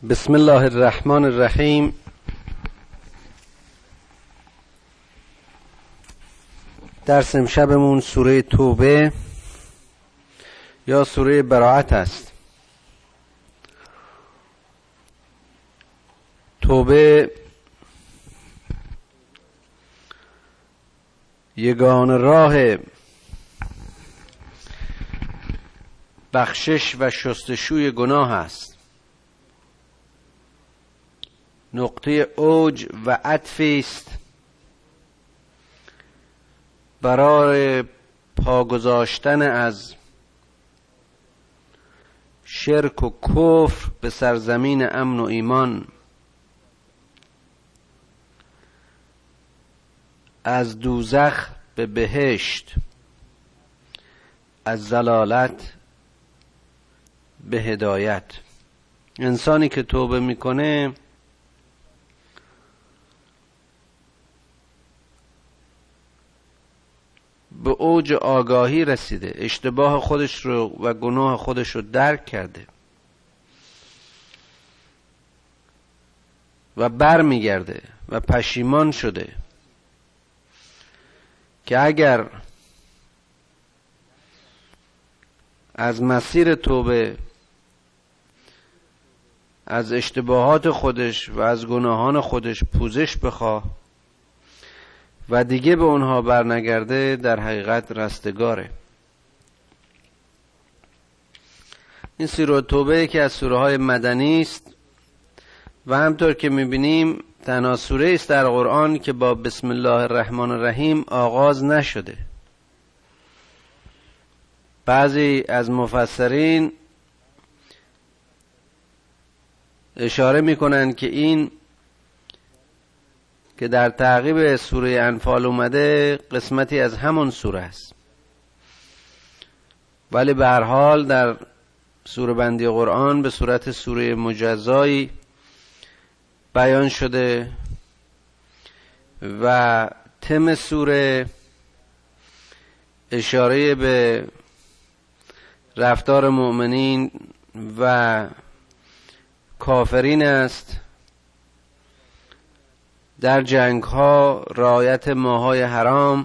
بسم الله الرحمن الرحیم. درس امشبمون سوره توبه یا سوره براءت است. توبه یگانه راه بخشش و شستشوی گناه است. نقطه اوج و عطفی است برای پا گذاشتن از شرک و کفر به سرزمین امن و ایمان، از دوزخ به بهشت، از ضلالت به هدایت. انسانی که توبه میکنه به اوج آگاهی رسیده، اشتباه خودش رو و گناه خودش رو درک کرده و بر میگرده و پشیمان شده که اگر از مسیر توبه، از اشتباهات خودش و از گناهان خودش پوزش بخواه و دیگه به اونها برنگرده، در حقیقت رستگاره. این سوره توبه که از سوره های مدنی است و همطور که میبینیم تنها سوره است در قرآن که با بسم الله الرحمن الرحیم آغاز نشده. بعضی از مفسرین اشاره میکنند که این که در تعقیب سوره انفال اومده قسمتی از همون سوره است، ولی به هر حال در سوره بندی قرآن به صورت سوره مجزایی بیان شده و تم سوره اشاره به رفتار مؤمنین و کافرین است در جنگ ها، رعایت ماهای حرام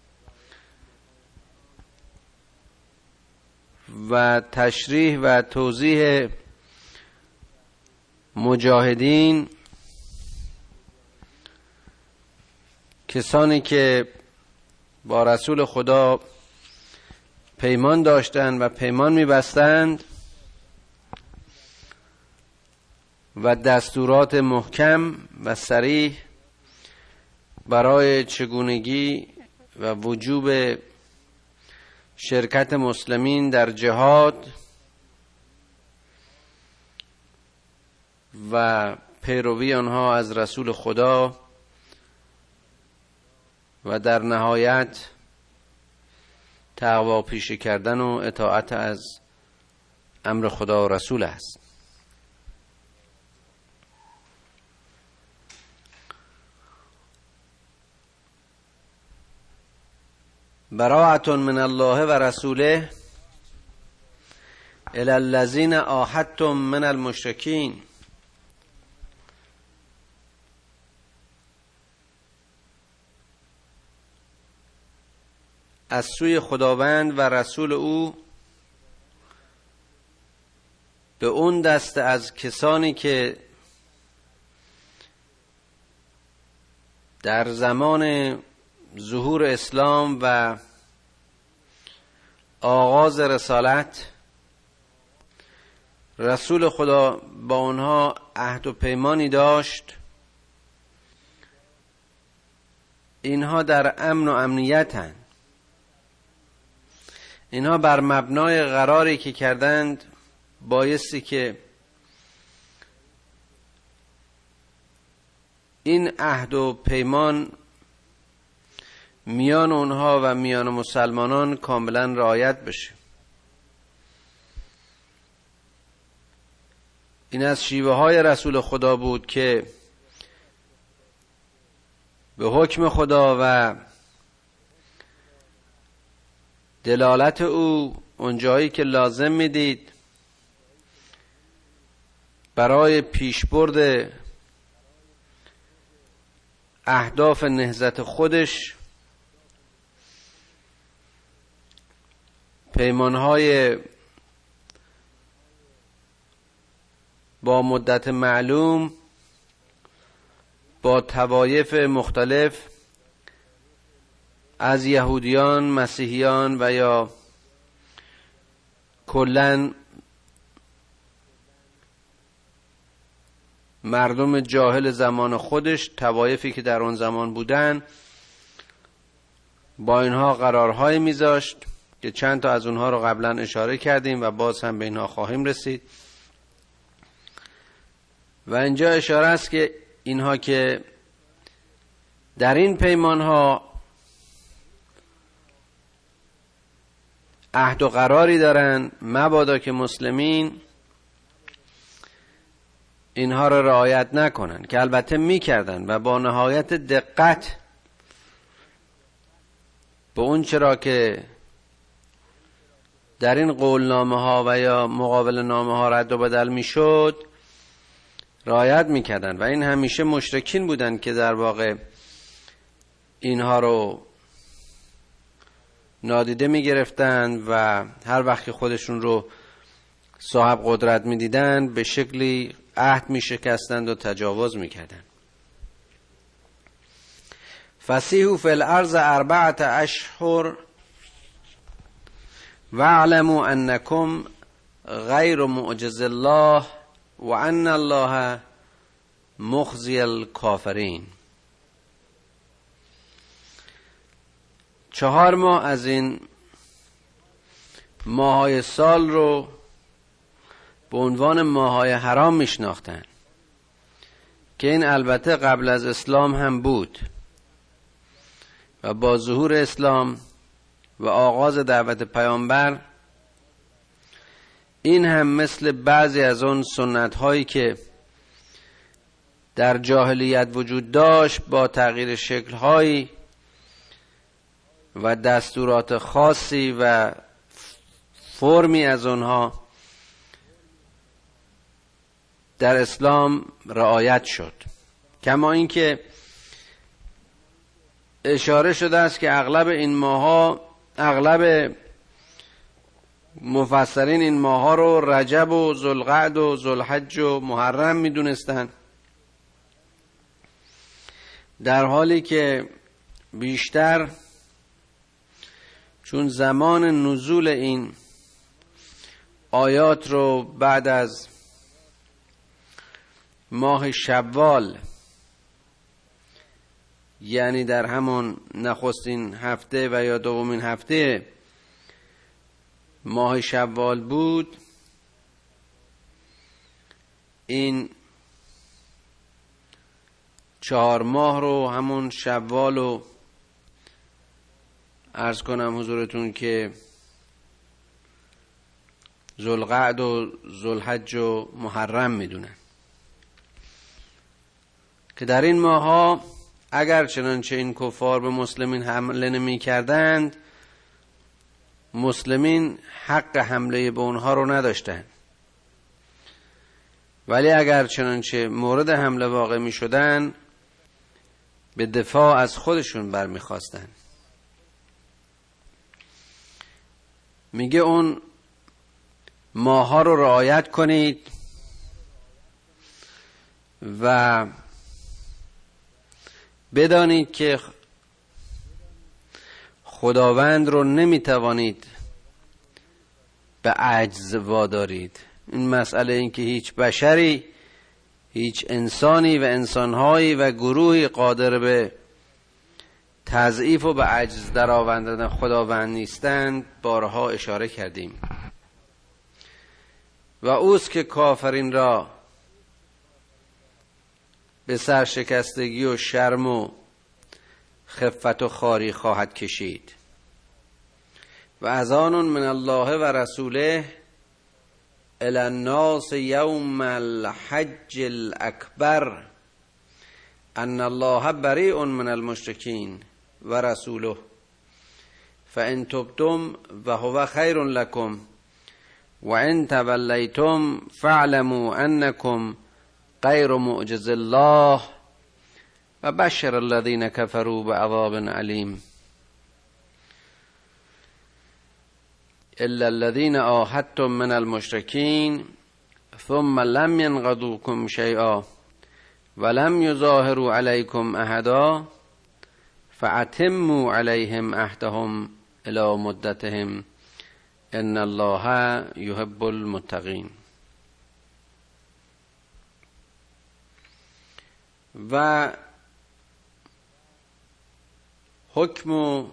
و تشریح و توضیح مجاهدین، کسانی که با رسول خدا پیمان داشتند و پیمان می‌بستند و دستورات محکم و صریح برای چگونگی و وجوب شرکت مسلمین در جهاد و پیروی آنها از رسول خدا و در نهایت تقوا پیشه کردن و اطاعت از امر خدا و رسول است. براءة من الله و رسوله الی الذین عاهدتم من المشرکین. از سوی خداوند و رسول او به اون دسته از کسانی که در زمان ظهور اسلام و آغاز رسالت رسول خدا با اونها عهد و پیمانی داشت، اینها در امن و امنیتند. اینها بر مبنای قراری که کردند بایستی که این عهد و پیمان میان اونها و میان مسلمانان کاملا رعایت بشه. این از شیوه های رسول خدا بود که به حکم خدا و دلالت او اونجایی که لازم میدید برای پیشبرد اهداف نهضت خودش پیمانهای با مدت معلوم با طوایف مختلف از یهودیان، مسیحیان و یا کلاً مردم جاهل زمان خودش، طوایفی که در اون زمان بودن، با اینها قرارهای میذاشت که چند تا از اونها رو قبلا اشاره کردیم و باز هم به اینها خواهیم رسید. و اینجا اشاره است که اینها که در این پیمانها عهد و قراری دارن، مبادا که مسلمین اینها را رعایت نکنن، که البته میکردن و با نهایت دقت به اون چرا که در این قولنامه ها و یا مقابل نامه ها رد و بدل میشد رعایت میکردن. و این همیشه مشرکین بودن که در واقع اینها رو نادیده میگرفتن و هر وقت که خودشون رو صاحب قدرت میدیدن به شکلی عهد میشکستند و تجاوز میکردند. فسیحوا فی الارض 4 اشهر واعلموا انکم غیر معجز الله و ان الله مخزی الکافرین. 4 ماه از این ماهای سال رو به عنوان ماهای حرام میشناختن که این البته قبل از اسلام هم بود و با ظهور اسلام و آغاز دعوت پیامبر این هم مثل بعضی از اون سنت هایی که در جاهلیت وجود داشت با تغییر شکل هایی و دستورات خاصی و فرمی از اونها در اسلام رعایت شد. کما اینکه اشاره شده است که اغلب این ماها، اغلب مفسرین این ماها رو رجب و ذوالقعد و ذوالحج و محرم میدونستن، در حالی که بیشتر چون زمان نزول این آیات رو بعد از ماه شوال، یعنی در همون نخستین هفته و یا دومین هفته ماه شوال بود، این 4 ماه رو همون شوال رو عرض کنم حضورتون که ذوالقعد و ذوالحج و محرم میدونن که در این ماها اگر چنانچه این کفار به مسلمین حمله نمی کردند، مسلمین حق حمله به اونها رو نداشتند، ولی اگر چنانچه مورد حمله واقع می شدن به دفاع از خودشون برمی خواستن. میگه اون ماها رو رعایت کنید و بدانید که خداوند رو نمیتوانید به عجز وادارید. این مسئله این که هیچ بشری، هیچ انسانی و انسانهایی و گروهی قادر به تضعیف و به عجز در آوردن خداوند نیستند بارها اشاره کردیم. و اوست که کافرین را به سرشکستگی و شرم و خفت و خواری خواهد کشید. و اذان من الله و رسوله الی الناس یوم الحج الاکبر ان الله بریء من المشرکین و رسوله فان تبتم و هو خیر لکم و ان تولیتم فاعلموا انکم غیر معجز الله و بشر الذین کفروا بعذاب علیم الا الذین عاهدتم من المشرکین ثم لم ينقضوكم شیئا ولم یظاهروا علیکم احدا فاتموا علیهم عهدهم الی مدتهم ان الله یحب المتقین. و حکم و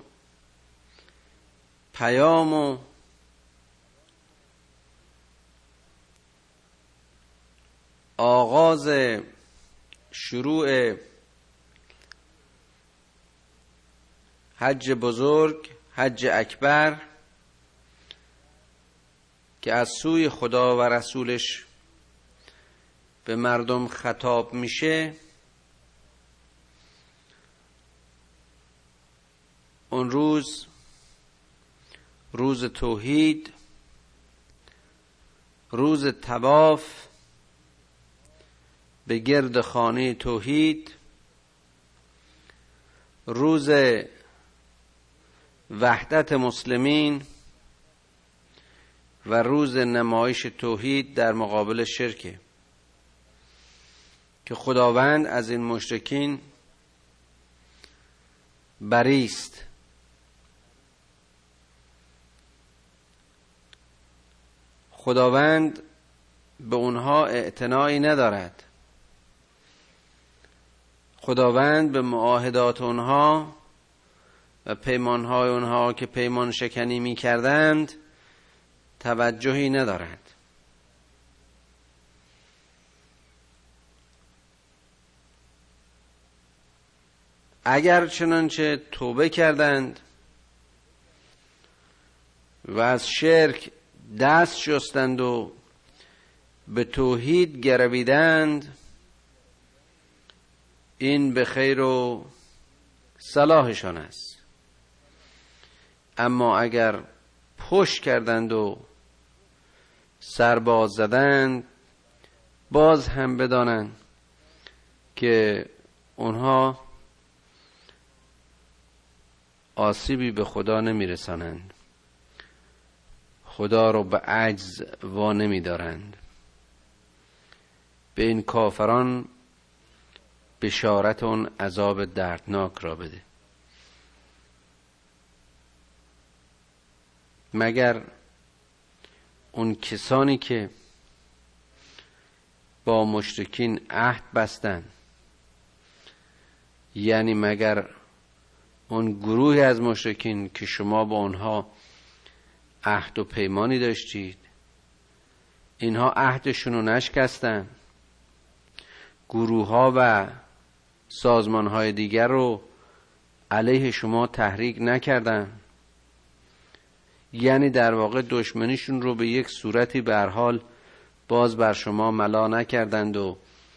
پیام و آغاز شروع حج بزرگ، حج اکبر که از سوی خدا و رسولش به مردم خطاب میشه، اون روز روز توحید، روز طواف به گرد خانه توحید، روز وحدت مسلمین و روز نمایش توحید در مقابل شرک که خداوند از این مشرکین بری است. خداوند به اونها اعتنایی ندارد. خداوند به معاهدات اونها و پیمانهای اونها که پیمان شکنی می کردند توجهی ندارد. اگر چنانچه توبه کردند و از شرک دست شستند و به توحید گرویدند، این به خیر و صلاحشان است. اما اگر پشت کردند و سرباز زدند، باز هم بدانند که اونها آسیبی به خدا نمیرسانند، خدا رو به عجز وا نمیدارند. به این کافران بشارت اون عذاب دردناک را بده. مگر اون کسانی که با مشرکین عهد بستند، یعنی مگر اون گروهی از مشرکین که شما با اونها عهد و پیمانی داشتید، اینها عهدشون رو نشکستن، گروه ها و سازمان های دیگر رو علیه شما تحریک نکردن، یعنی در واقع دشمنیشون رو به یک صورتی به هر حال باز بر شما ملا نکردند و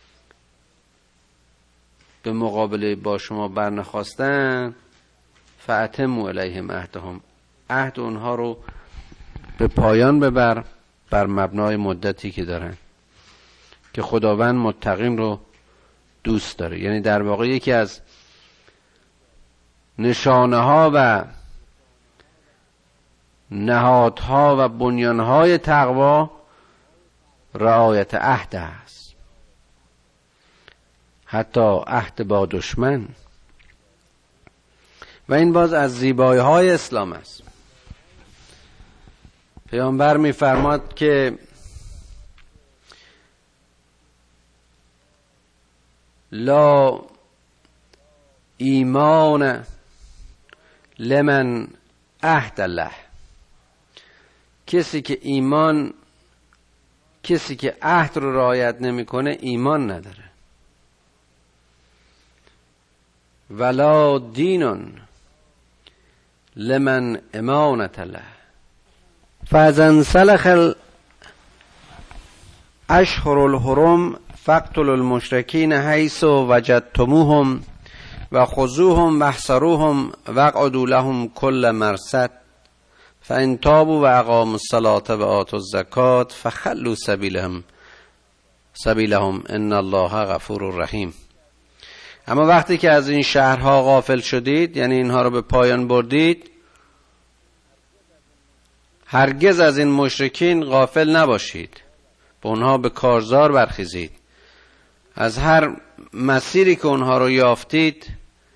به مقابله با شما برنخواستن، فاتموا الیهم عهدهم، عهد اونها رو به پایان ببر بر مبنای مدتی که دارن، که خداوند متقین رو دوست داره. یعنی در واقع یکی از نشانه ها و نهادها و بنیانهای تقوا رعایت عهد است، حتی عهد با دشمن. و این باز از زیبایی های اسلام است. پیامبر می‌فرماد که لا ایمان لمن عهد الله، کسی که عهد رو رعایت نمیکنه ایمان نداره. ولا دین لمن امانت الله، فاذا سلخ الاشهر الحرم فاقتلوا المشرکین حیث وجدتموهم و خذوهم واحصروهم واقعدوا لهم كل مرصد فان تابوا و اقاموا الصلاة و آتوا الزکاة فخلوا سبیلهم ان الله غفور رحیم. اما وقتی که از این شهرها غافل شدید، یعنی اینها رو به پایان بردید، هرگز از این مشرکین غافل نباشید، به اونها به کارزار برخیزید، از هر مسیری که اونها رو یافتید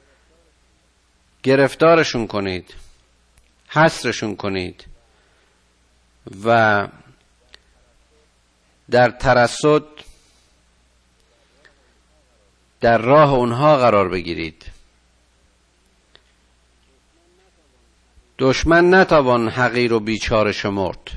گرفتارشون کنید، حصرشون کنید و در ترصد در راه اونها قرار بگیرید. دشمن نتوان حقیر و بیچاره شمرد.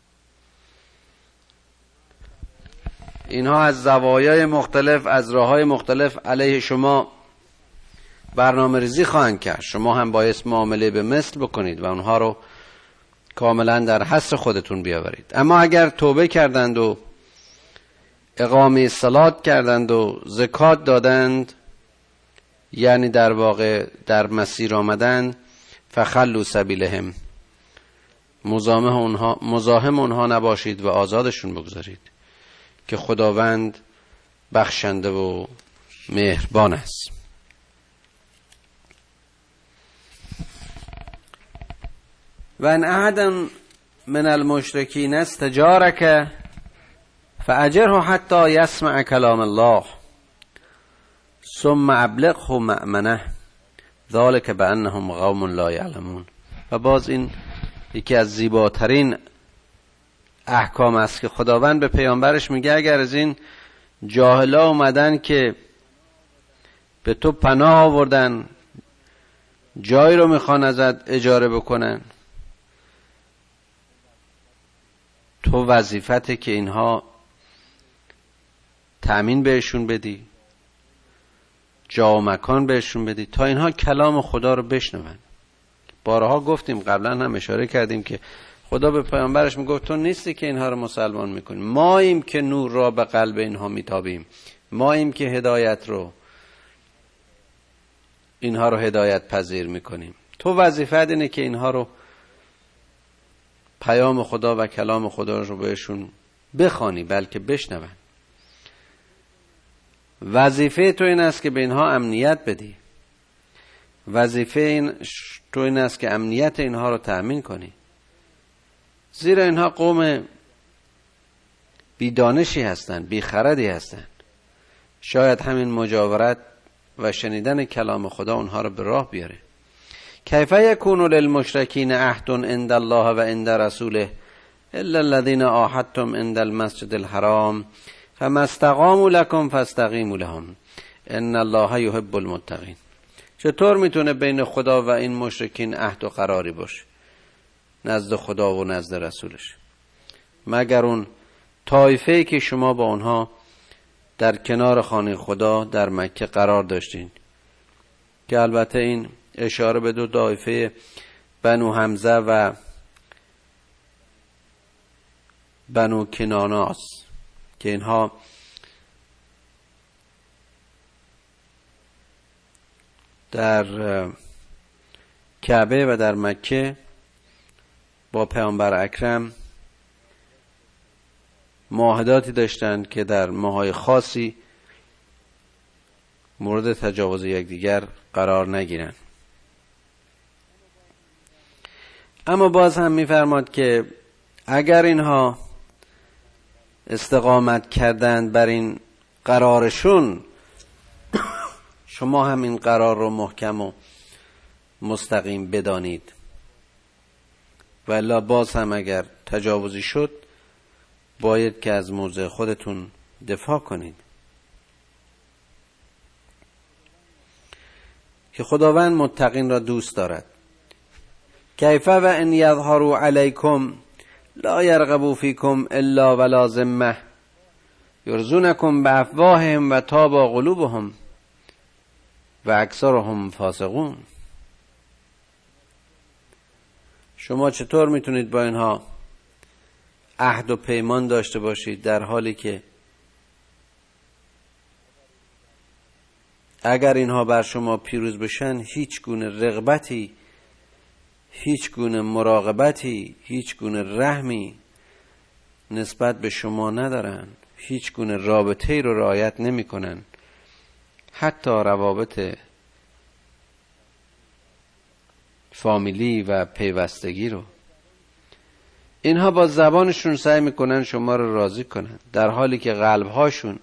اینها از زوایای مختلف، از راههای مختلف علیه شما برنامه ریزی خواهند کرد. شما هم باید معامله به مثل بکنید و اونها رو کاملا در حصر خودتون بیاورید. اما اگر توبه کردند و اقامه صلات کردند و زکات دادند، یعنی در واقع در مسیر آمدند، فخلوا سبیلهم، مزاحم اونها نباشید و آزادشون بگذارید که خداوند بخشنده و مهربان است. و ان احد من المشرکین استجارک فاجره حتی یسمع کلام الله ثم ابلغه مأمنه ذلک بانهم قوم لا یعلمون. و باز این یکی از زیباترین احکام است که خداوند به پیامبرش میگه اگر از این جاهلا اومدن که به تو پناه آوردن، جایی رو میخوان ازت اجاره بکنن، تو وظیفته که اینها تأمین بهشون بدی، جا و مکان بهشون بدی تا اینها کلام خدا رو بشنون. بارها گفتیم، قبلا هم اشاره کردیم که خدا به پیامبرش میگفت تو نیستی که اینها رو مسلمان میکنی، ماییم که نور را به قلب اینها میتابیم، ماییم که هدایت رو اینها رو هدایت پذیر میکنیم. تو وظیفت اینه که اینها رو پیام خدا و کلام خدا رو بهشون بخوانی، بلکه بشنون. وظیفه تو این است که به اینها امنیت بدی، وظیفه تو این است که امنیت اینها رو تأمین کنی، زیرا اینها قوم بیدانشی هستند، بیخردی هستند. شاید همین مجاورت و شنیدن کلام خدا اونها رو به راه بیاره. کیف یکون للمشرکین عهد عند الله و عند رسوله الا الذين عاهدتم عند المسجد الحرام فما استقاموا لكم فاستقیموا لهم ان الله يحب المتقین. چطور میتونه بین خدا و این مشرکین عهد و قراری باشه نزد خدا و نزد رسولش، مگر اون طایفه‌ای که شما با اونها در کنار خانه خدا در مکه قرار داشتین، که البته این اشاره به دو طایفه بنو حمزه و بنو کنانه است که اینها در کعبه و در مکه با پیامبر اکرم معاهداتی داشتند که در ماهای خاصی مورد تجاوز یکدیگر قرار نگیرند. اما باز هم می‌فرماد که اگر اینها استقامت کردند بر این قرارشون، شما هم این قرار رو محکم و مستقیم بدانید، و الا باز هم اگر تجاوزی شد باید که از موضع خودتون دفاع کنید. که خداوند متقین را دوست دارد. کیف و ان یظهروا علیکم لا یرقبوا فیکم الا ولا ذمه یرزونکم بافواههم و تابا قلوبهم و اکثرهم فاسقون. شما چطور میتونید با اینها عهد و پیمان داشته باشید در حالی که اگر اینها بر شما پیروز بشن هیچ گونه رغبتی هیچ گونه مراقبتی، هیچ گونه رحمی نسبت به شما ندارن، هیچ گونه رابطه‌ای رو رعایت نمی‌کنن، حتی روابط فامیلی و پیوستگی رو. اینها با زبانشون سعی میکنن شما رو راضی کنن، در حالی که قلبهاشون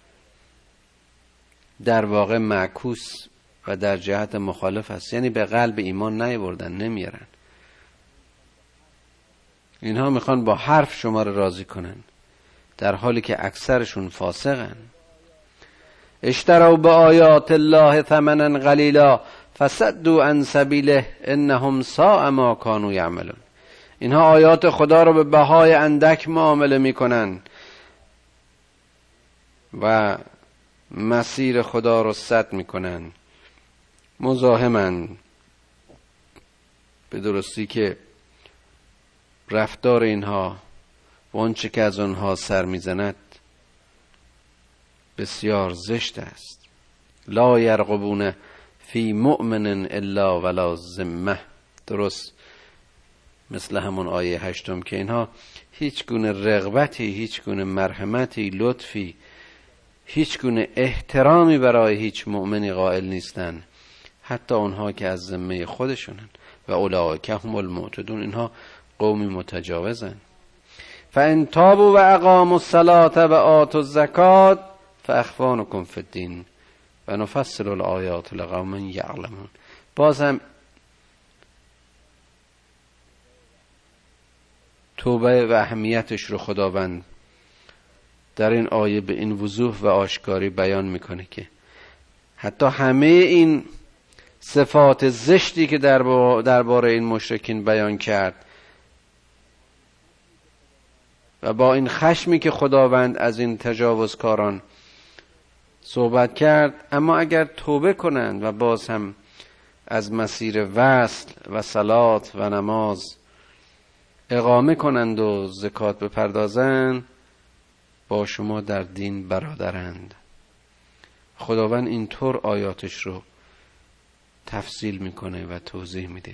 در واقع معکوس و در جهت مخالف است. یعنی به قلب ایمان نیاوردن، نمیارن. اینها میخوان با حرف شما رو راضی کنن، در حالی که اکثرشون فاسقن. اشتروا بآیات الله ثمنا قلیلا فصدوا عن سبیله انهم ساء ما كانوا یعملون. اینها آیات خدا رو به بهای اندک معامله میکنن و مسیر خدا رو سد میکنن، مزاحمن. به درستی که رفتار اینها و آنچه که از آنها سر میزند بسیار زشت است. لا یرقبون فی مؤمن الا ولا ذمه. درست مثل همون آیه 8 که اینها هیچ گونه رغبتی، هیچ گونه مرحمتی، لطفی، هیچ گونه احترامی برای هیچ مؤمنی قائل نیستن، حتی اونها که از ذمه خودشونن. و اولئک هم المعتدون. اینها قومی متجاوزن. فان تابوا و اقاموا الصلاة و آتوا الزکاة فاخوانکم فی الدین و نفصل الآیات لقوم یعلمون. باز هم توبه و اهمیتش رو خداوند در این آیه به این وضوح و آشکاری بیان میکنه که حتی همه این صفات زشتی که درباره این مشرکین بیان کرد و با این خشمی که خداوند از این تجاوزکاران صحبت کرد، اما اگر توبه کنند و باز هم از مسیر وصل و صلات و نماز اقامه کنند و زکات بپردازند، با شما در دین برادرند. خداوند اینطور آیاتش رو تفصیل میکنه و توضیح میده.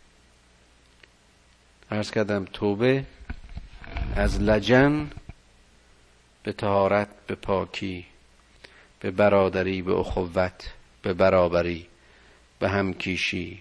عرض کردم توبه از لجن به طهارت، به پاکی، به برادری، به اخوت، به برابری، به همکیشی.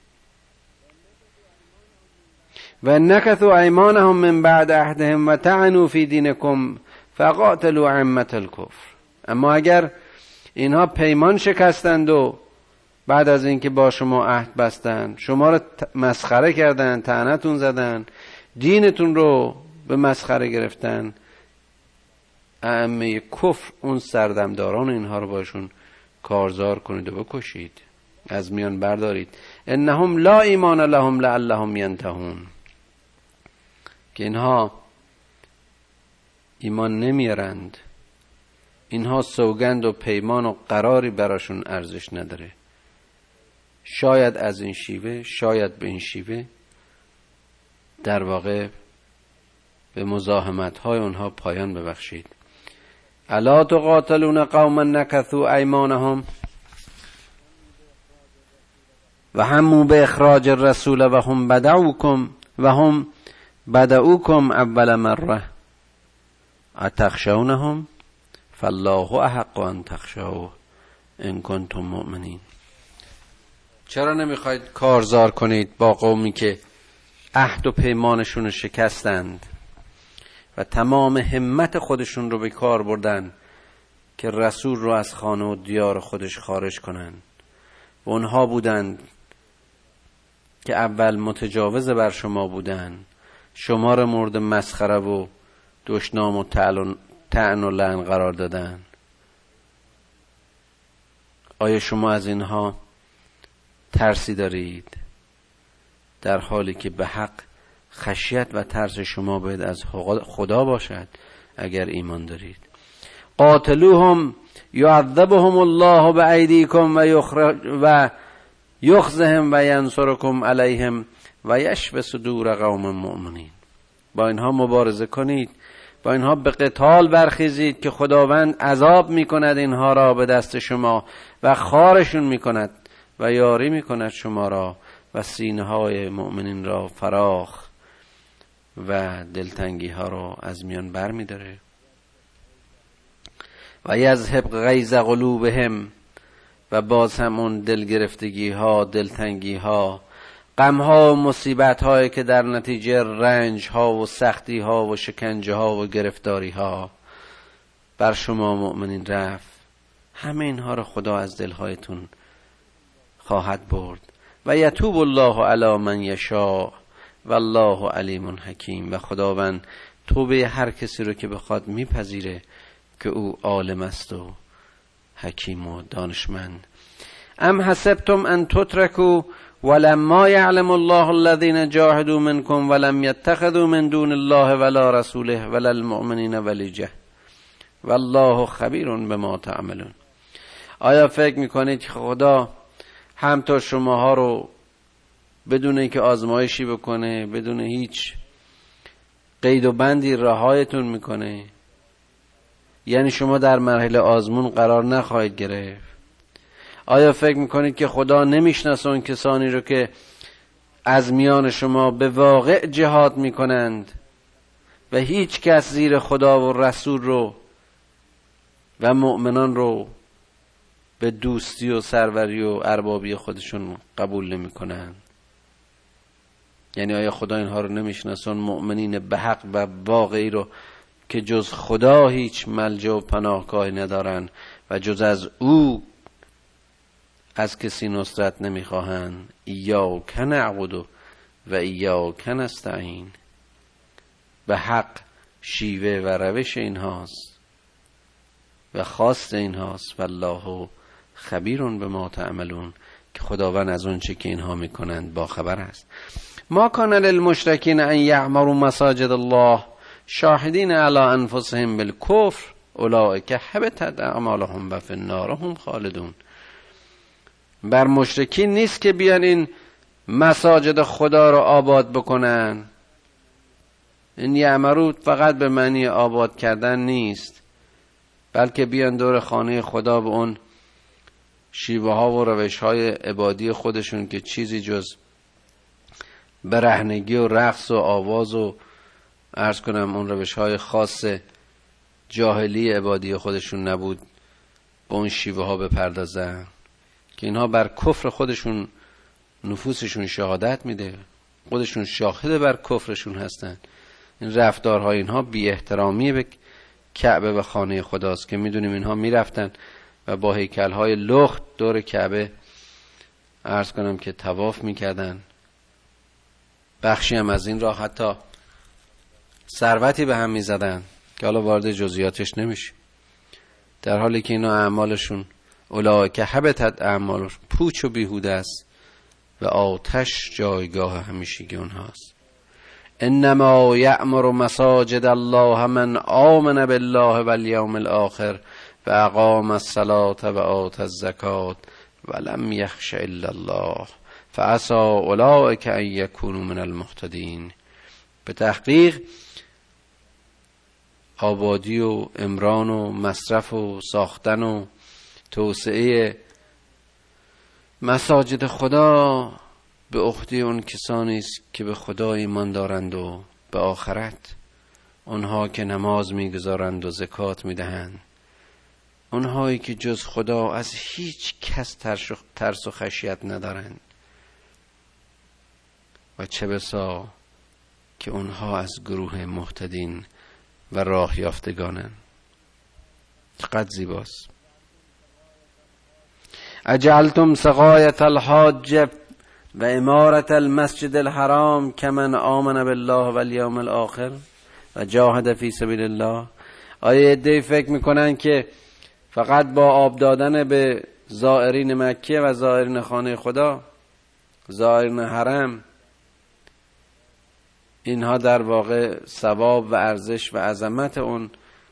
و نکثوا ایمانهم من بعد عهدهم و طعنوا فی دینکم فقاتلوا ائمة الکفر. اما اگر اینها پیمان شکستند و بعد از اینکه با شما عهد بستند شما رو مسخره کردند، طعنتون زدند، دینتون رو به مسخره گرفتن، ائمه کفر، اون سردمداران اینها رو باشون کارزار کنید و بکشید، از میان بردارید. انهم لا ایمان لهم لعلهم ینتهون. که اینها ایمان نمیارند، اینها سوگند و پیمان و قراری براشون ارزش نداره. شاید از این شیوه، شاید به این شیوه در واقع به مزاحمت های اونها پایان ببخشید. الا تقاتلون قوما نکثوا ایمانهم و هموا به اخراج الرسول و هم بدعوکم اول مره اتخشونهم فالله احق ان تخشوه ان کنتم مؤمنین. چرا نمیخواید کارزار کنید با قومی که عهد و پیمانشون رو شکستند و تمام همت خودشون رو به کار بردن که رسول رو از خانه و دیار خودش خارج کنن؟ و اونها بودند که اول متجاوز بر شما بودن، شما رو مورد مسخره و دشنام و طعن و لعن قرار دادن. آیا شما از اینها ترسی دارید؟ در حالی که به حق خشیت و ترس شما باید از خدا باشد اگر ایمان دارید. قاتلوهم یعذبهم الله بأیدیکم و یخزهم و ینصرکم علیهم و یشف صدور قوم مؤمنین. با اینها مبارزه کنید، با اینها به قتال برخیزید که خداوند عذاب میکند اینها را به دست شما و خارشون میکند و یاری میکند شما را و سینه های مؤمنین را فراخ و دلتنگی ها را از میان بر می داره. و یذهب غیظ قلوبهم، و باز هم اون دلگرفتگی ها، دلتنگی ها، غم ها و مصیبت هایی که در نتیجه رنج ها و سختی ها و شکنجه ها و گرفتاری ها بر شما مؤمنین رفت، همه اینها رو خدا از دلهایتون خواهد برد. و یتوب الله علی من یشاء والله علیم حکیم، و خداوند توبه هر کسی رو که بخواد میپذیره که او عالم است و حکیم و دانشمند. ام حسبتم ان تتركوا ولما يعلم الله الذين جاهدوا منكم ولم يتخذوا من دون الله ولا رسوله ولا المؤمنين وليجة والله خبیر بما تعملون. آیا فکر میکنید که خدا همطور شماها رو بدون اینکه آزمایشی بکنه، بدون هیچ قید و بندی رهایتون میکنه؟ یعنی شما در مرحله آزمون قرار نخواهید گرفت. آیا فکر میکنید که خدا نمیشناسه اون کسانی رو که از میان شما به واقع جهاد میکنند و هیچ کس زیر خدا و رسول رو و مؤمنان رو به دوستی و سروری و اربابی خودشون قبول نمی کنن؟ یعنی آیا خدا اینها رو نمیشناسه، اون مؤمنین به حق و واقعی رو که جز خدا هیچ ملجأ و پناهگاهی ندارن و جز از او از کسی نصرت نمیخواهند؟ ایاک نعبد و ایاک نستعین. به حق شیوه و روش اینهاست و خواست اینهاست. والله خبیر بما تعملون، که خداوند از اون چه که اینها میکنند با خبر است. ما کان للمشرکین ان یعمروا مساجد الله شاهدین علی انفسهم بالکفر اولئک حبطت اعمالهم و فی النار هم خالدون. بر مشرکین نیست که بیان این مساجد خدا رو آباد بکنن. این یعمروا فقط به معنی آباد کردن نیست، بلکه بیان دور خانه خدا به اون شیوه ها و روش های عبادی خودشون که چیزی جز برهنگی و رقص و آواز و عرض کنم اون روش های خاص جاهلی عبادی خودشون نبود، به اون شیوه ها بپردازن که اینها بر کفر خودشون نفوسشون شهادت میده، خودشون شاهد بر کفرشون هستن. این رفتارهای اینها بی احترامی به کعبه و خانه خداست که میدونیم اینها میرفتن و با هیکل‌های لخت دور کعبه عرض کنم که طواف میکردن. بخشی هم از این راه حتی ثروتی به هم میزدن که حالا وارد جزئیاتش نمیشه، در حالی که اینا اعمالشون اولئک حبطت اعمالشون پوچ و بیهوده است و آتش جایگاه همیشگی اونهاست. انما یأمر مساجد الله من آمن بالله والیوم الاخر و اقام الصلاة و آت الزکاة و لم یخش الا الله فعسى اولئک ان یکونوا من المهتدین. به تحقیق آبادی و عمران و مصرف و ساختن و توسعه مساجد خدا به عهده اون کسانی است که به خدا ایمان دارند و به آخرت، اونها که نماز میگذارند و زکات میدهند، اونهایی که جز خدا از هیچ کس ترس و خشیت ندارند، و چه بسا که اونها از گروه مهتدین و راه یافتگانند. چقدر زیباست. اجعلتم سقایت الحاج و امارت المسجد الحرام کمن آمن بالله والیوم الاخر و جاهد فی سبیل الله. آیا عده‌ای فکر میکنن که فقط با آب دادن به زائرین مکه و زائرین خانه خدا، زائرین حرم، اینها در واقع ثواب و ارزش و عظمت اون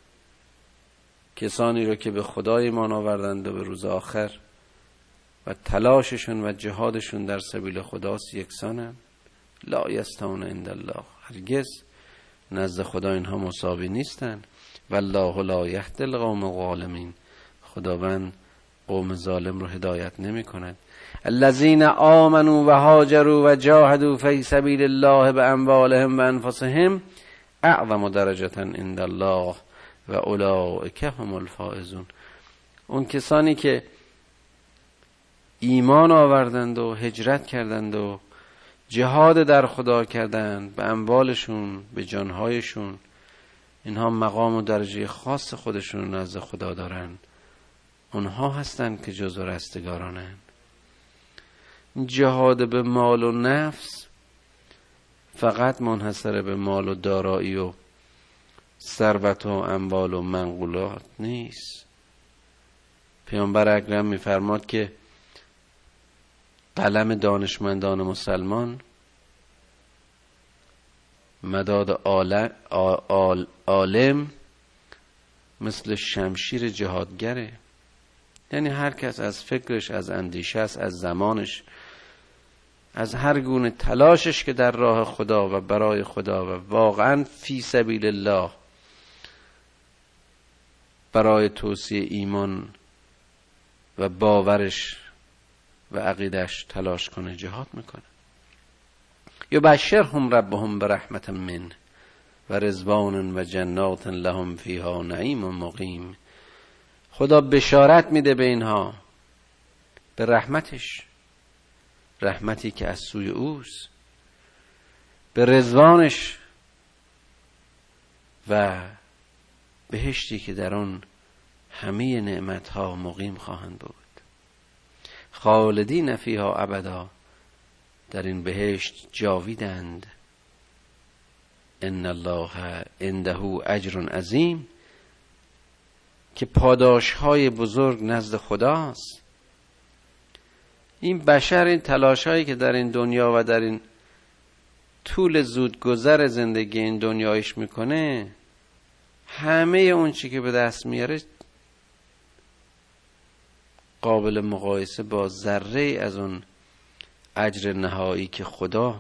کسانی رو که به خدا ایمان آوردند و به روز آخر و تلاششون و جهادشون در سبیل خداست یکسانند؟ لا یستوون عند الله، هرگز نزد خدا اینها مساوی نیستن. والله لا یهدی القوم الظالمین، خداوند قوم ظالم رو هدایت نمی کند. الذین آمنوا و هاجروا و جاهدوا فی سبیل الله باموالهم و انفسهم اعظم درجة عند الله و اولئک هم الفائزون. اون کسانی که ایمان آوردند و هجرت کردند و جهاد در خدا کردند به اموالشون به جانهایشون، اینها مقام و درجه خاص خودشون نزد خدا دارن. اونها هستند که جزو رستگارانند. جهاد به مال و نفس فقط منحصر به مال و دارایی و ثروت و اموال و منقولات نیست. پیامبر اکرم می‌فرماد که قلم دانشمندان مسلمان مداد عالم مثل شمشیر جهادگره. یعنی هر کس از فکرش، از اندیشش، از زمانش، از هر گونه تلاشش که در راه خدا و برای خدا و واقعا فی سبیل الله برای توسعه ایمان و باورش و عقیدش تلاش کنه، جهاد میکنه. یبشرهم ربهم برحمت من و رضوان و جنات لهم فیها نعیم مقیم. خدا بشارت میده به اینها به رحمتش، رحمتی که از سوی اوست، به رضوانش و بهشتی که در آن همه نعمتها مقیم خواهند بود. خالدین فیها ابدا، در این بهشت جاویدند. ان الله عنده اجر عظیم، که پاداشهای بزرگ نزد خداست. این بشر این تلاشهایی که در این دنیا و در این طول زودگذر زندگی این دنیایش میکنه، همه اون چی که به دست میاره قابل مقایسه با ذره از اون اجر نهایی که خدا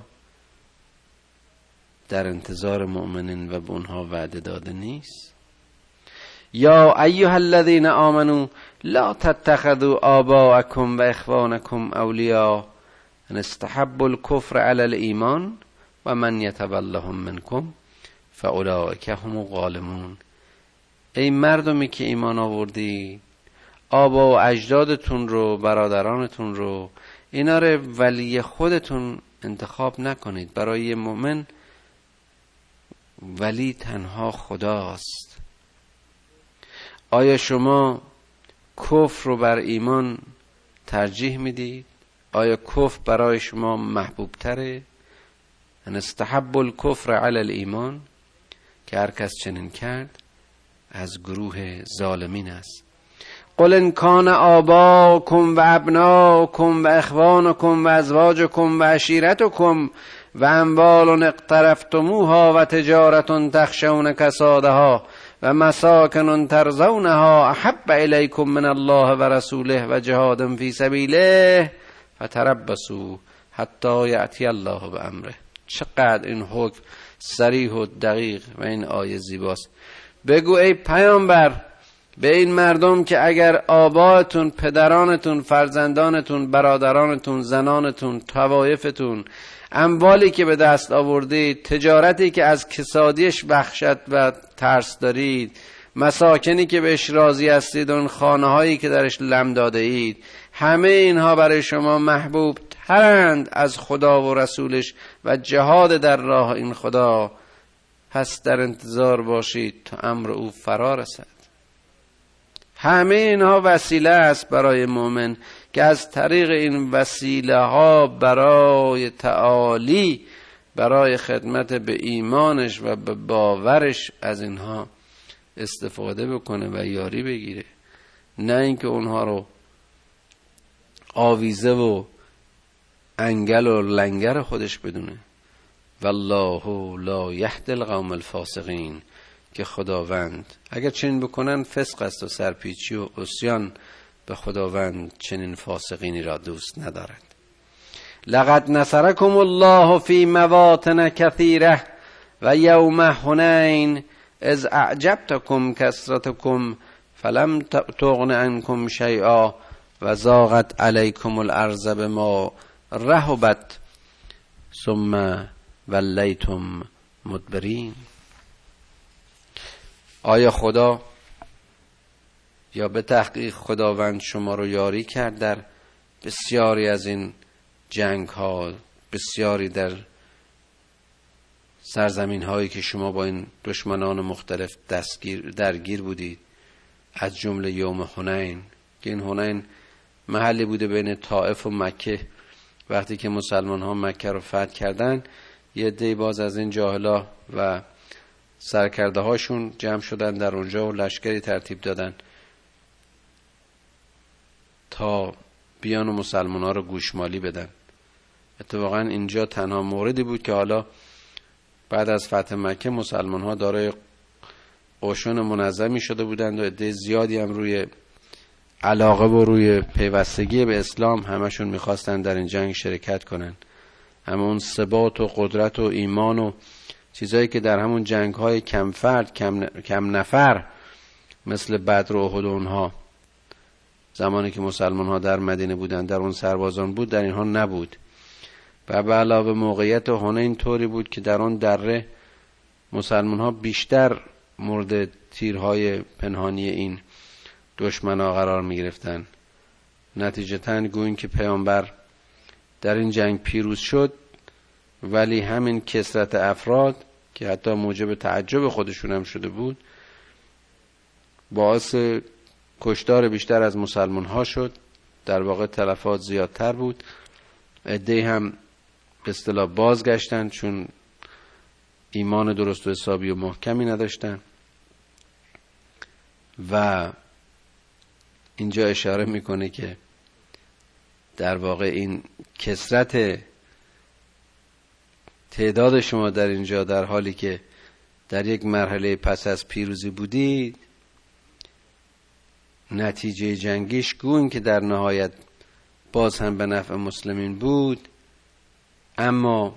در انتظار مؤمنین و به اونها وعده داده نیست. یا ایها الذین آمنوا لا تتخذوا آباءکم و اخوانکم اولیاء ان استحبوا الكفر علی الایمان و من یتولهم منکم فاولئک هم الظالمون. ای مردمی که ایمان آوردی، آبا و اجدادتون رو، برادرانتون رو، اینا رو ولی خودتون انتخاب نکنید. برای یه مؤمن ولی تنها خداست. آیا شما کفر رو بر ایمان ترجیح میدید؟ آیا کفر برای شما محبوب تره؟ ان استحب الکفر علی الایمان، که هر کس چنین کرد از گروه ظالمین است. قل ان کان آباؤکم و ابناؤکم و اخوانکم و ازواجکم و عشیرتکم و اموال اقترفتموها و تجارت تخشون کسادها و مساکن ترضونها احب الیکم من الله و رسوله و جهاد فی سبیله فتربصوا حتی یأتی الله بامره. چقدر این حکم صریح و دقیق و این آیه زیباست. بگو ای پیامبر به این مردم که اگر آباتون، پدرانتون، فرزندانتون، برادرانتون، زنانتون، طوایفتون، اموالی که به دست آوردید، تجارتی که از کسادیش وحشت و ترس دارید، مساکنی که بهش راضی هستید، اون خانه هایی که درش لم داده اید، همه اینها برای شما محبوب ترند از خدا و رسولش و جهاد در راه این خدا. پس در انتظار باشید تا امر او فرا رسد. همه اینها وسیله است برای مؤمن که از طریق این وسیله ها برای تعالی، برای خدمت به ایمانش و به باورش از اینها استفاده بکنه و یاری بگیره، نه اینکه اونها رو آویزه و انگل و لنگر خودش بدونه. والله لا یهدی القوم الفاسقین، که خداوند اگر چنین بکنن فسق است و سرپیچی و عصیان به خداوند چنین فاسقینی را دوست ندارد. لقد نصرکم الله فی مواطن کثیره و یوم حنین اذ اعجبتکم کثرتکم فلم تغن عنکم شیئا و ضاقت علیکم الارض بما رحبت ثم ولیتم مدبرین. آیا خدا یا به تحقیق خداوند شما رو یاری کرد در بسیاری از این جنگ ها، بسیاری در سرزمین هایی که شما با این دشمنان مختلف درگیر بودید، از جمله یوم حنین که این حنین محلی بوده بین طائف و مکه. وقتی که مسلمان ها مکه رو فتح کردن، یه عده باز از این جاهلا و سرکرده هاشون جمع شدن در اونجا و لشکری ترتیب دادن تا بیان و مسلمان ها رو گوشمالی بدن. اتفاقا اینجا تنها موردی بود که حالا بعد از فتح مکه مسلمان ها دارای قشون منظمی شده بودند و عده زیادی هم روی علاقه و روی پیوستگی به اسلام همشون میخواستن در این جنگ شرکت کنن. اما اون ثبات و قدرت و ایمان و چیزایی که در همون جنگ های کم فرد کم نفر مثل بدر و احد و اونها زمانی که مسلمان ها در مدینه بودن در اون سربازان بود، در اینها نبود. و به علاوه موقعیت حنین طوری بود که در اون دره مسلمان ها بیشتر مورد تیرهای پنهانی این دشمنا قرار می گرفتن. نتیجتاً گوییم که پیامبر در این جنگ پیروز شد، ولی همین کثرت افراد که حتی موجب تعجب خودشون هم شده بود باعث کشتار بیشتر از مسلمان ها شد. در واقع تلفات زیادتر بود. عده‌ای هم به اصطلاح بازگشتن چون ایمان درست و حسابی و محکمی نداشتن. و اینجا اشاره میکنه که در واقع این کثرت تعداد شما در اینجا در حالی که در یک مرحله پس از پیروزی بودید، نتیجه جنگیش گوییم که در نهایت باز هم به نفع مسلمین بود، اما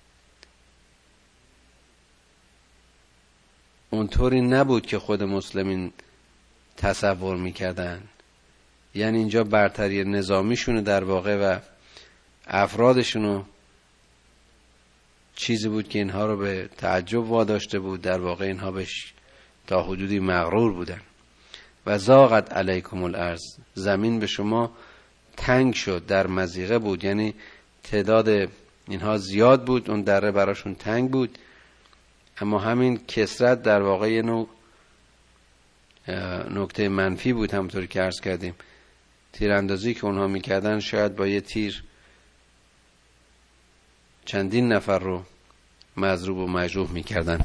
اونطوری نبود که خود مسلمین تصور میکردن. یعنی اینجا برتری نظامیشونه در واقع و افرادشونو چیزی بود که اینها رو به تعجب واداشته بود. در واقع اینها بهش تا حدودی مغرور بودن. و ضاقت علیکم الارض، زمین به شما تنگ شد، در مضیقه بود، یعنی تعداد اینها زیاد بود، اون دره براشون تنگ بود. اما همین کثرت در واقع یه نوع نکته منفی بود. همونطور که عرض کردیم تیراندازی که اونها میکردن شاید با یه تیر چندین نفر رو مضروب و مجروح میکردن.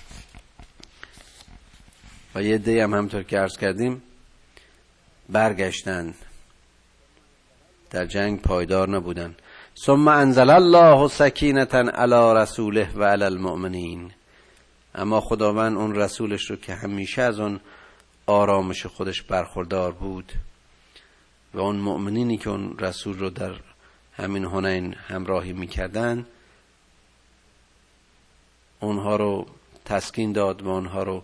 و یه عده هم همونطور که عرض کردیم برگشتن، در جنگ پایدار نبودن. ثم انزل الله سکینة علی رسوله و علی المؤمنین. اما خداوند اون رسولش رو که همیشه از اون آرامش خودش برخوردار بود و اون مؤمنینی که اون رسول رو در همین حنین همراهی میکردن، اونها رو تسکین داد و اونها رو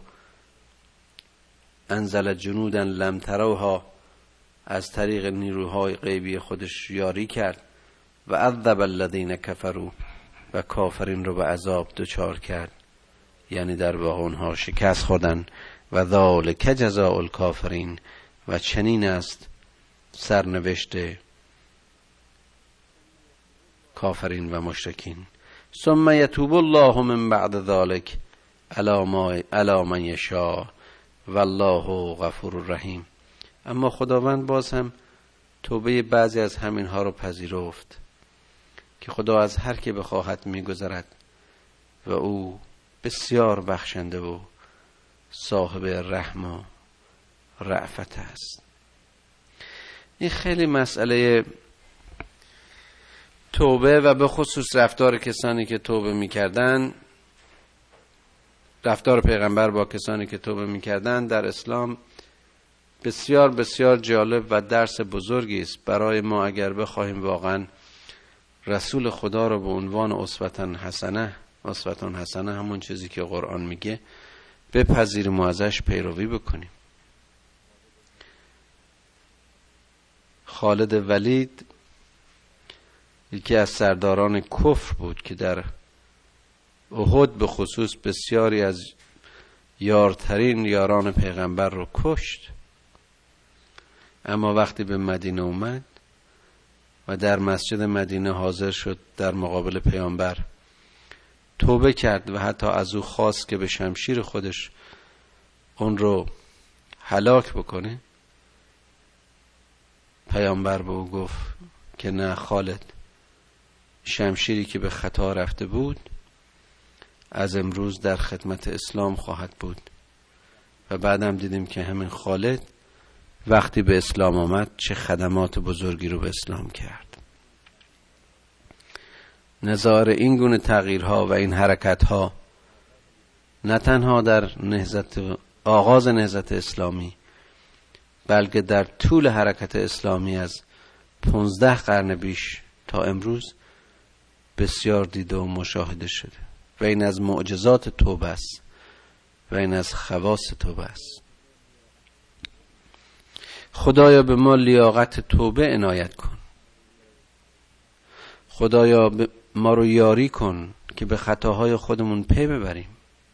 انزل جنودا لم تروها، از طریق نیروهای غیبی خودش یاری کرد و عذب الذین کفروا، و کافرین رو به عذاب دچار کرد. یعنی در واقع اونها شکست خوردن. و ذالک جزاء الکافرین، و چنین است سرنوشت کافرین و مشرکین. ثم یتوب الله من بعد ذلک علی من یشاء والله غفور رحیم. اما خداوند باز هم توبه بعضی از همین ها رو پذیرفت که خدا از هر که بخواهد میگذرد و او بسیار بخشنده و صاحب رحم و رأفت است. این خیلی مسئله توبه و به خصوص رفتار کسانی که توبه میکردن، رفتار پیغمبر با کسانی که توبه میکردن در اسلام بسیار بسیار جالب و درس بزرگی است برای ما اگر بخواهیم واقعا رسول خدا رو به عنوان اسوة حسنه همون چیزی که قرآن میگه بپذیریم و ازش پیروی بکنیم. خالد ولید یکی از سرداران کفر بود که در احد به خصوص بسیاری از یارترین یاران پیغمبر رو کشت، اما وقتی به مدینه اومد و در مسجد مدینه حاضر شد در مقابل پیامبر، توبه کرد و حتی از او خواست که به شمشیر خودش اون رو هلاک بکنه. پیامبر به او گفت که نه خالد، شمشیری که به خطا رفته بود از امروز در خدمت اسلام خواهد بود. و بعدم دیدیم که همین خالد وقتی به اسلام آمد چه خدمات بزرگی رو به اسلام کرد. نظار این گونه تغییرها و این حرکتها نه تنها در آغاز نهضت اسلامی، بلکه در طول حرکت اسلامی از 15 قرن پیش تا امروز بسیار دیده و مشاهده شده و این از معجزات توبه است و این از خواص توبه است. خدایا به ما لیاقت توبه عنایت کن. خدایا ما رو یاری کن که به خطاهای خودمون پی ببریم،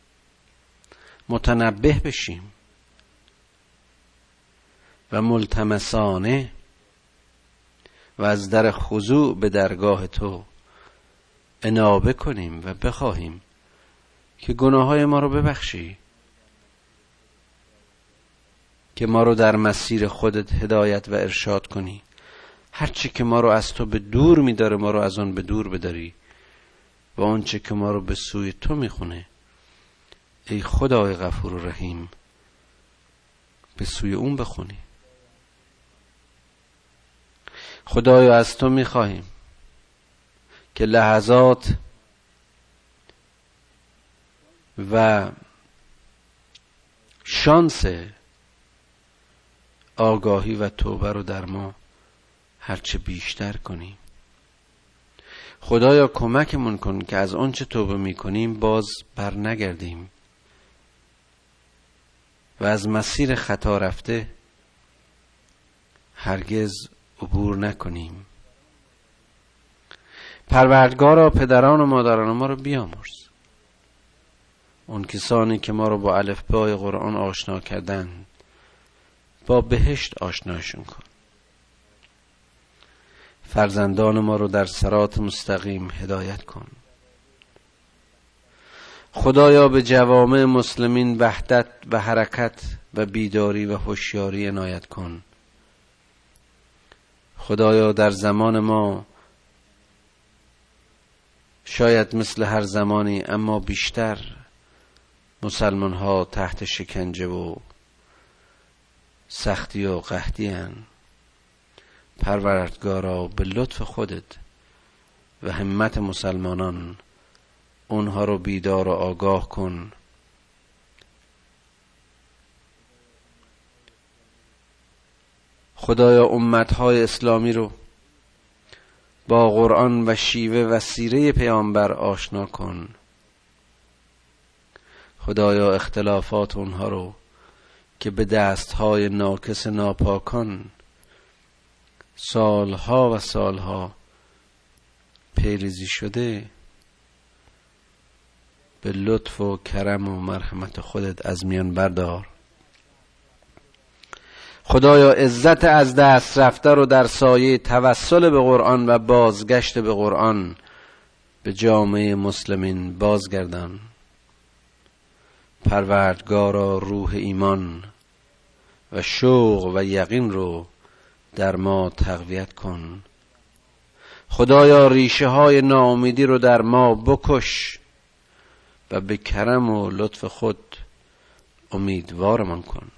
متنبه بشیم و ملتمسانه و از در خضوع به درگاه تو انابه کنیم و بخواهیم که گناههای ما رو ببخشی، که ما رو در مسیر خودت هدایت و ارشاد کنی. هرچی که ما رو از تو به دور می‌داره ما رو از اون به دور بداری و اون چی که ما رو به سوی تو میخونه ای خدای غفور و رحیم به سوی اون بخونی. خدایا از تو میخواهیم که لحظات و شانس آگاهی و توبه رو در ما هرچه بیشتر کنیم. خدایا کمکمون کن که از آنچه توبه میکنیم باز بر نگردیم و از مسیر خطا رفته هرگز عبور نکنیم. پروردگارا پدران و مادران ما رو بیامرز. اون کسانی که ما رو با الفبای قرآن آشنا کردن با بهشت آشناشون کن. فرزندان ما رو در صراط مستقیم هدایت کن. خدایا به جوامع مسلمین وحدت و حرکت و بیداری و هوشیاری عنایت کن. خدایا در زمان ما شاید مثل هر زمانی اما بیشتر مسلمان ها تحت شکنجه و سختی و قحطی هستند. پروردگارا به لطف خودت و همت مسلمانان اونها رو بیدار و آگاه کن. خدایا امتهای اسلامی رو با قرآن و شیوه و سیره پیامبر آشنا کن. خدایا اختلافات اونها رو که به دستهای ناکس ناپاکان سالها و سالها پیریزی شده به لطف و کرم و مرحمت خودت از میان بردار. خدایا عزت از دست رفته رو در سایه توسل به قرآن و بازگشت به قرآن به جامعه مسلمین بازگردان. پروردگارا روح ایمان و شوق و یقین رو در ما تقویت کن. خدایا ریشه های ناامیدی رو در ما بکش و به کرم و لطف خود امیدوارمان کن.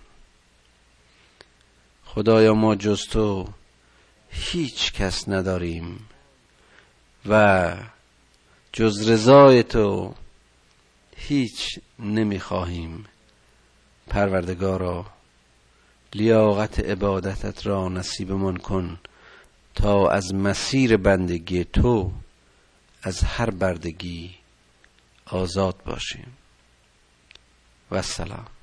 خدایا ما جز تو هیچ کس نداریم و جز رضای تو هیچ نمیخواهیم. پروردگارا لیاقت عبادتت را نصیبمان کن تا از مسیر بندگی تو از هر بردگی آزاد باشیم. و السلام.